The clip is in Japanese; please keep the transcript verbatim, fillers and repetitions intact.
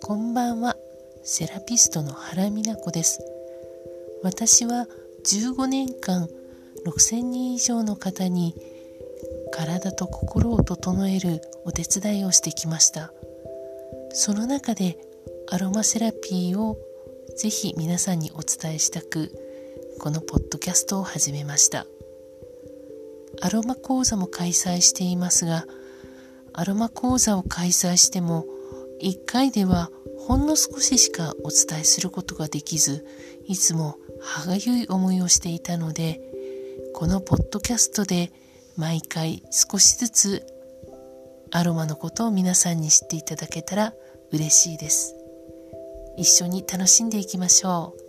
こんばんは。セラピストの原美奈子です。私はじゅうごねんかんろくせんにん以上の方に体と心を整えるお手伝いをしてきました。その中でアロマセラピーをぜひ皆さんにお伝えしたく、このポッドキャストを始めました。アロマ講座も開催していますが、アロマ講座を開催してもいっかいではほんの少ししかお伝えすることができず、いつも歯がゆい思いをしていたので、このポッドキャストで毎回少しずつアロマのことを皆さんに知っていただけたら嬉しいです。一緒に楽しんでいきましょう。